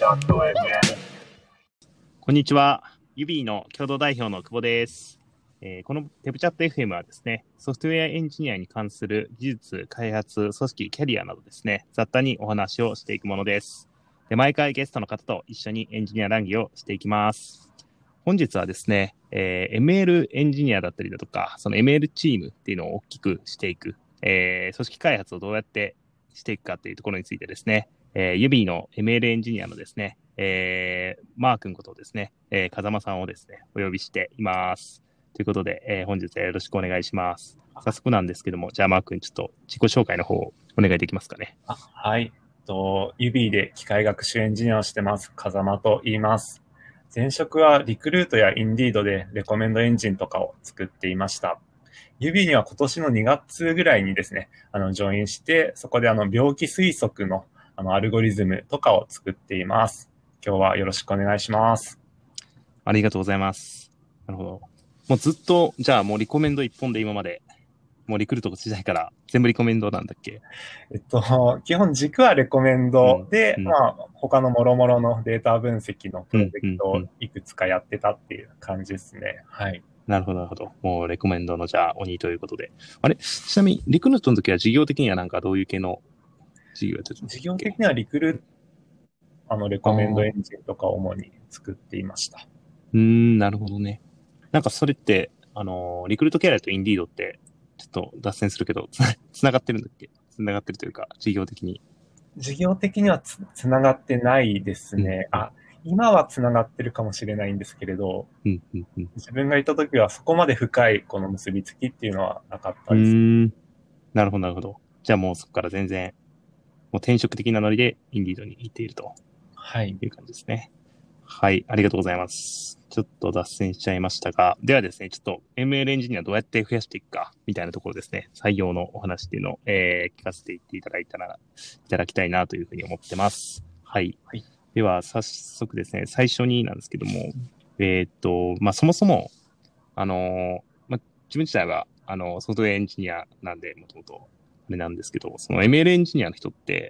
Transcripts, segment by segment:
こんにちは。ユビーの共同代表の久保です。このテブチャット FM はですね、ソフトウェアエンジニアに関する技術、開発、組織、キャリアなどですね、雑多にお話をしていくものです。で、毎回ゲストの方と一緒にエンジニア談義をしていきます。本日はですね、ML エンジニアだったりだとか、その ML チームっていうのを大きくしていく、組織開発をどうやってしていくかっていうところについてですね、ユビーの ML エンジニアのですね、マー君ことですね、風間さんをですね、お呼びしています。ということで、本日はよろしくお願いします。早速なんですけども、じゃあマー君、ちょっと自己紹介の方をお願いできますかね。 はい。ユビーで機械学習エンジニアをしてます、風間と言います。前職はリクルートやインディードでレコメンドエンジンとかを作っていました。ユビーには今年の2月ぐらいにですね、ジョインして、そこで病気推測のアルゴリズムとかを作っています。今日はよろしくお願いします。 ありがとうございます。なるほど。もうずっと、じゃあもうリコメンド一本で今まで、もうリクルート時代から全部リコメンドなんだっけ？ 基本軸はレコメンドで、他の諸々のデータ分析のプロジェクトをいくつかやってたっていう感じですね。はい。 なるほど、なるほど。もうレコメンドのじゃあ鬼ということで。あれ、ちなみにリクルートの時は事業的にはなんかどういう系の事業やってたんですか？ 事業的にはリクルート、レコメンドエンジンとかを主に作っていました。 なるほどね。なんかそれって、リクルートキャリアとインディードって、ちょっと脱線するけど、つながってるんだっけ？つながってるというか、事業的に。 事業的にはつながってないですね。今はつながってるかもしれないんですけれど、自分がいた時はそこまで深いこの結びつきっていうのはなかったです。 なるほど、なるほど。じゃあもうそこから全然、もう転職的なノリでインディードに行っていると。 はい。 いう感じですね。はい、ありがとうございます。ちょっと脱線しちゃいましたが、ではですね、ちょっと ML エンジニアどうやって増やしていくか、みたいなところですね、採用のお話っていうのを、聞かせていっていただきたいなというふうに思ってます。はい。はい、では、早速ですね、最初になんですけども、そもそも、自分自体は、ソフトウェアエンジニアなんで、もともと、あれなんですけど、その ML エンジニアの人って、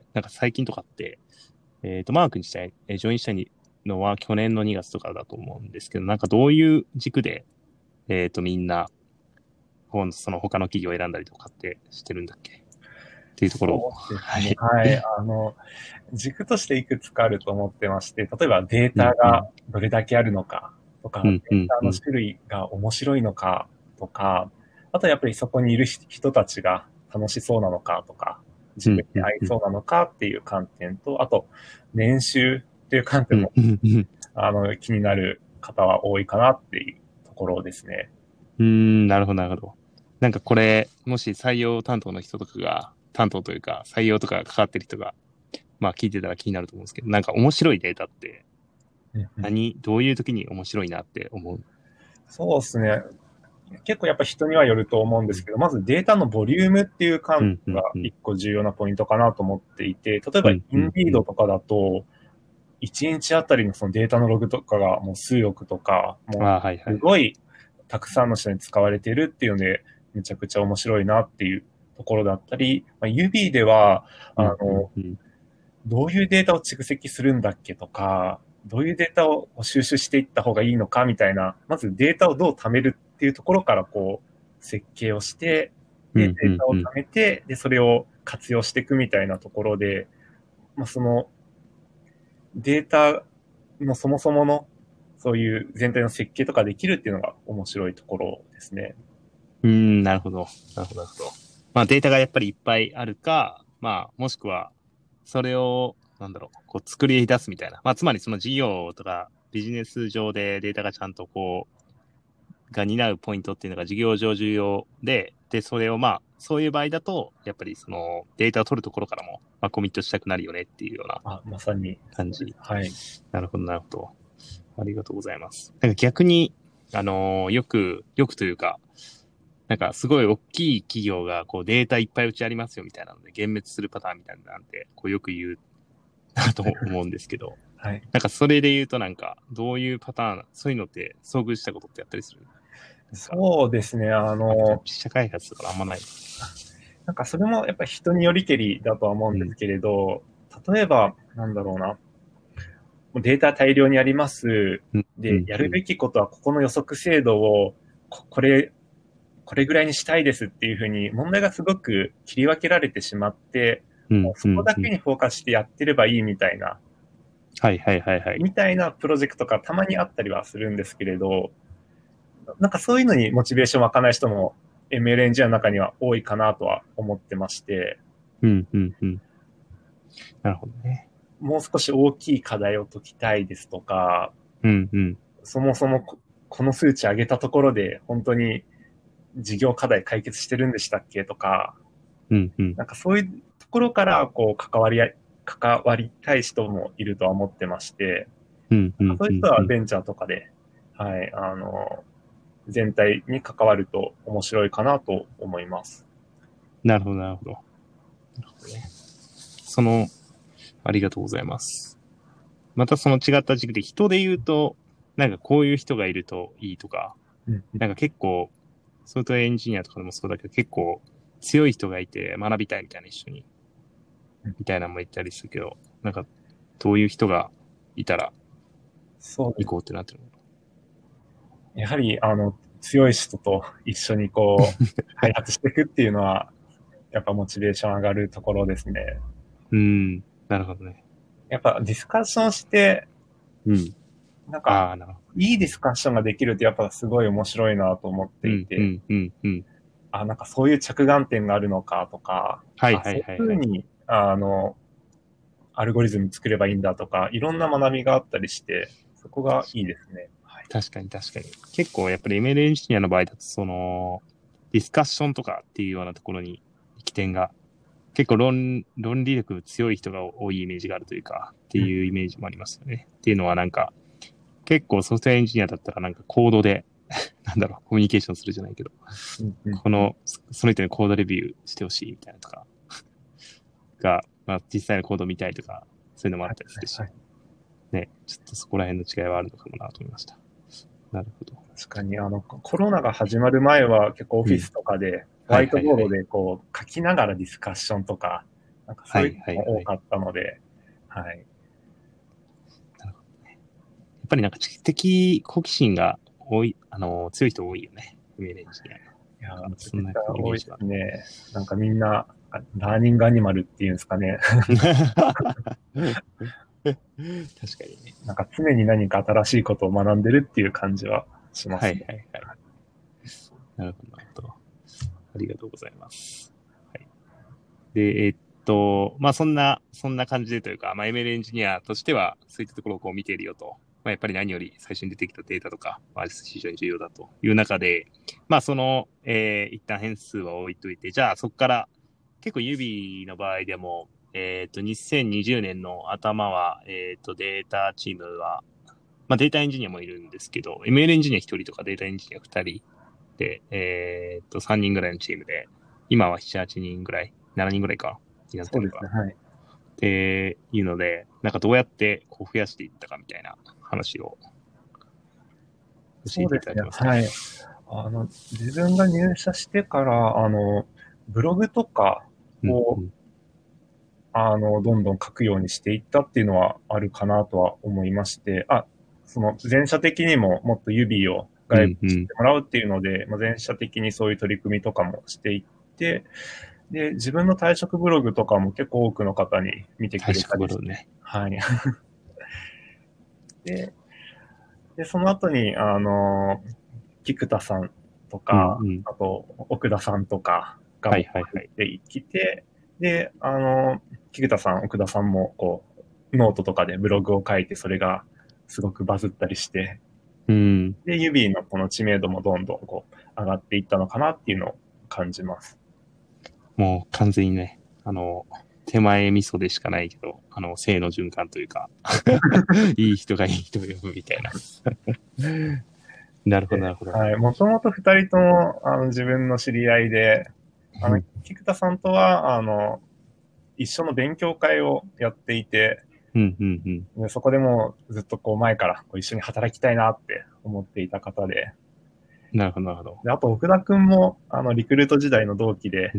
なんか最近とかって、マークにしたい、ジョインしたのは去年の2月とかだと思うんですけど、なんかどういう軸で、みんな、その他の企業を選んだりとかってしてるんだっけっていうところ。 そうですね。はい。軸としていくつかあると思ってまして、例えばデータがどれだけあるのかとか、データの種類が面白いのかとか、あとやっぱりそこにいる人たちが楽しそうなのかとか、自分に合いそうなのかっていう観点と、あと、年収っていう観点も、気になる方は多いかなっていうところですね。 なるほど、なるほど。なんかこれ、もし採用担当の人とかが、担当というか、採用とか関わってる人が、まあ聞いてたら気になると思うんですけど、なんか面白いデータって、どういう時に面白いなって思う？ そうですね。結構やっぱ人にはよると思うんですけど、まずデータのボリュームっていう観点が一個重要なポイントかなと思っていて、例えばインディードとかだと、1日あたりのそのデータのログとかがもう数億とか、もうすごいたくさんの人に使われているっていうので、めちゃくちゃ面白いなっていうところだったり、Ubi では、どういうデータを蓄積するんだっけとか、どういうデータを収集していった方がいいのかみたいな、まずデータをどう貯めるっていうところからこう、設計をして、で、データを貯めて、で、それを活用していくみたいなところで、その、データのそもそもの、そういう全体の設計とかできるっていうのが面白いところですね。 なるほど。なるほど、なるほど。まあデータがやっぱりいっぱいあるか、まあもしくは、それを、こう作り出すみたいな。まあつまりその事業とかビジネス上でデータがちゃんとこう、が担うポイントっていうのが事業上重要で、それをまあ、そういう場合だと、やっぱりそのデータを取るところからも、まあコミットしたくなるよねっていうようなまさに感じ。 はい。 なるほど、なるほど。ありがとうございます。なんか逆に、よくというか、なんかすごい大きい企業がこうデータいっぱいうちありますよみたいなので幻滅するパターンみたいなんてこうよく言うなと思うんですけど、 はい。 なんかそれで言うとなんかどういうパターン、そういうのって遭遇したことってやったりする？ そうですね。 自社開発とかあんまない。 なんかそれもやっぱり人によりけりだとは思うんですけれど、例えば、なんだろうな。 もうデータ大量にあります。 うんで、やるべきことはここの予測精度をこれぐらいにしたいですっていうふうに問題がすごく切り分けられてしまって、もうそこだけにフォーカスしてやってればいいみたいな、 はいはいはいはい。 みたいなプロジェクトがたまにあったりはするんですけれど、なんかそういうのにモチベーション湧かない人も ML エンジニアの中には多いかなとは思ってまして、 なるほどね。 もう少し大きい課題を解きたいですとか、そもそもこの数値上げたところで本当に事業課題解決してるんでしたっけとか、なんかそういうところからこう関わりたい人もいるとは思ってまして、そういう人はベンチャーとかで、はい、全体に関わると面白いかなと思います。 なるほど、なるほど。ありがとうございます。またその違った軸で人で言うと、なんかこういう人がいるといいとか、なんか結構、ソフトウェアエンジニアとかでもそうだけど、結構強い人がいて学びたいみたいな一緒に、みたいなのも言ったりするけど、なんかどういう人がいたら行こうってなってるの？やはり、強い人と一緒にこう、開発していくっていうのは、やっぱモチベーション上がるところですね。 なるほどね。 やっぱディスカッションして、なんか、いいディスカッションができるってやっぱすごい面白いなと思っていて、なんかそういう着眼点があるのかとか、そういうふうに、アルゴリズム作ればいいんだとか、いろんな学びがあったりして、そこがいいですね。 確かに。結構やっぱり ML エンジニアの場合だと、ディスカッションとかっていうようなところに起点が、結構論理力強い人が多いイメージがあるというか、っていうイメージもありますよね。っていうのはなんか、結構ソフトウェアエンジニアだったらなんかコードで、コミュニケーションするじゃないけど、その人にコードレビューしてほしいみたいなとか、実際のコード見たいとか、そういうのもあったりするし、ね、ちょっとそこら辺の違いはあるのかもなと思いました。なるほど。 確かに、コロナが始まる前は結構オフィスとかで、ホワイトボードでこう書きながらディスカッションとか、なんかそういうのも多かったので、はい。 なるほどね。やっぱりなんか知的好奇心が多い、強い人多いよね。MLエンジニア。 いや、そんな多いですね。なんかみんな、ラーニングアニマルっていうんですかね。 確かにね。 なんか常に何か新しいことを学んでるっていう感じはしますね。 なるほど。ありがとうございます。はい。で、そんな感じでというか、ML エンジニアとしては、そういったところをこう見ているよと。やっぱり何より最初に出てきたデータとか、非常に重要だという中で、一旦変数は置いといて、じゃあそこから結構指の場合でも、2020年の頭は、データチームは、データエンジニアもいるんですけど、ML エンジニア1人とかデータエンジニア2人で、3人ぐらいのチームで、今は7、8人ぐらい、7人ぐらいか、になってるのかな。 はい。 っていうので、なんかどうやってこう増やしていったかみたいな話を教えていただけますか。 はい。自分が入社してから、ブログとかを、どんどん書くようにしていったっていうのはあるかなとは思いまして、全社的にももっと指を外部にしてもらうっていうので、全社的にそういう取り組みとかもしていって、で、自分の退職ブログとかも結構多くの方に見てくれたりして、 ね。 はい。で、その後に、菊田さんとか、あと、奥田さんとかが入ってきて、で、菊田さん、奥田さんも、こう、ノートとかでブログを書いて、それがすごくバズったりして、で、指のこの知名度もどんどんこう上がっていったのかなっていうのを感じます。 もう完全にね、手前味噌でしかないけど、性の循環というか、いい人がいい人を呼ぶみたいな。なるほど。 はい。もともと二人とも、自分の知り合いで、菊田さんとは、一緒の勉強会をやっていて、でそこでもずっとこう前からこう一緒に働きたいなって思っていた方で。 なるほど。 で、あと奥田くんも、リクルート時代の同期で、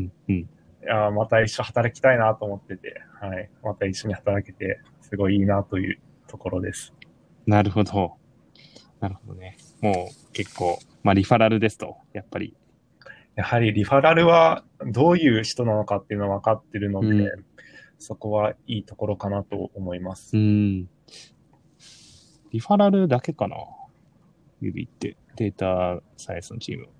また一緒働きたいなと思ってて、はい。また一緒に働けて、すごいいいなというところです。 なるほど。なるほどね。もう結構、リファラルですと、やっぱり。 やはりリファラルはどういう人なのかっていうのは分かってるので、そこはいいところかなと思います。 リファラルだけかな、指ってデータサイエンスのチーム。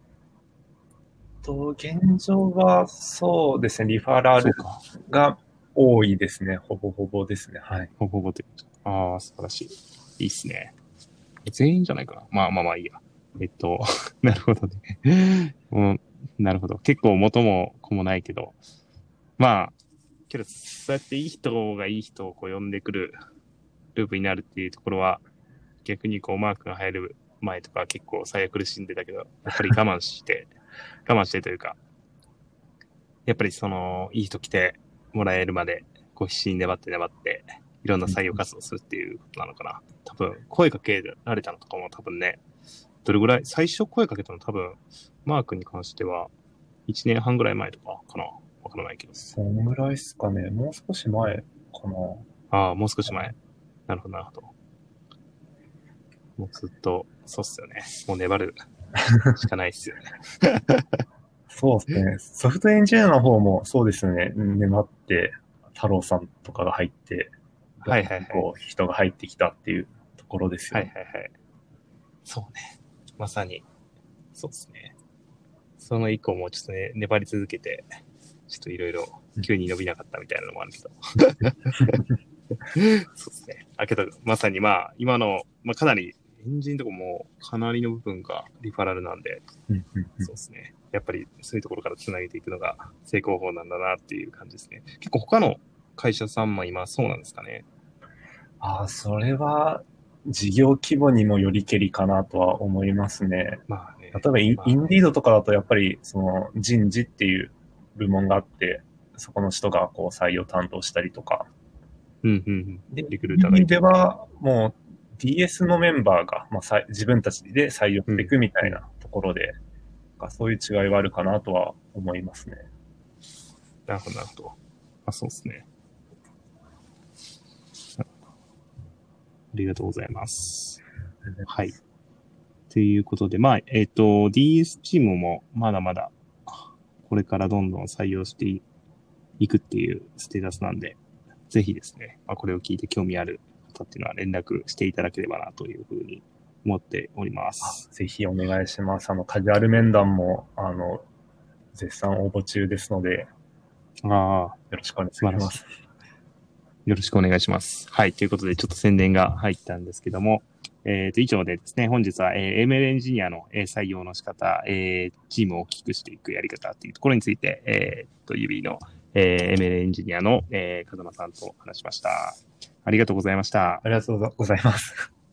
現状はそうですね、リファラルが多いですね。ほぼほぼですね。はい。 ほぼほぼって。ああ、素晴らしい。いいっすね。全員じゃないかな。まあいいや。なるほどね。なるほど。結構元も子もないけど、けど、そうやっていい人がいい人をこう呼んでくるループになるっていうところは、逆にこうマークが入る前とか結構最悪苦しんでたけど、やっぱり我慢してというか、やっぱりいい人来てもらえるまで、こう必死に粘って、いろんな採用活動するっていうことなのかな。多分、声かけられたのとかも多分ね、どれぐらい、最初声かけたの多分、マークに関しては、1年半ぐらい前とかかな。わからないけど。 そんぐらいですかね。もう少し前かな。 ああ、もう少し前。なるほど。もうずっと、そうっすよね。もう粘るしかないっすよね。 そうですね。ソフトエンジニアの方もそうですね。粘って、太郎さんとかが入って、こう人が入ってきたっていうところですよね。 そうね。まさに、そうですね。その以降もちょっとね、粘り続けて、ちょっといろいろ急に伸びなかったみたいなのもあるけど。そうですね。けど、まさに今の、かなり、エンジンとかもかなりの部分がリファラルなんで、そうですね。やっぱりそういうところからつなげていくのが成功法なんだなっていう感じですね。結構他の会社さんも今そうなんですかね。 それは事業規模にもよりけりかなとは思いますね。例えばインディードとかだとやっぱりその人事っていう部門があって、そこの人がこう採用担当したりとか。 で、リクルーターがいて。 ではもう DS のメンバーが、自分たちで採用していくみたいなところで、そういう違いはあるかなとは思いますね。 なるほど。そうですね。ありがとうございます。はい。ということで、DS チームもまだまだ、これからどんどん採用していくっていうステータスなんで、ぜひですね、これを聞いて興味ある方っていうのは連絡していただければなというふうに思っております。 ぜひお願いします。カジュアル面談も、絶賛応募中ですので、よろしくお願いします。 よろしくお願いします。はい。ということで、ちょっと宣伝が入ったんですけども、以上でですね、本日は、ML エンジニアの、採用の仕方、チームを大きくしていくやり方っていうところについて、指の、ML エンジニアの、風間さんと話しました。ありがとうございました。 ありがとうございます。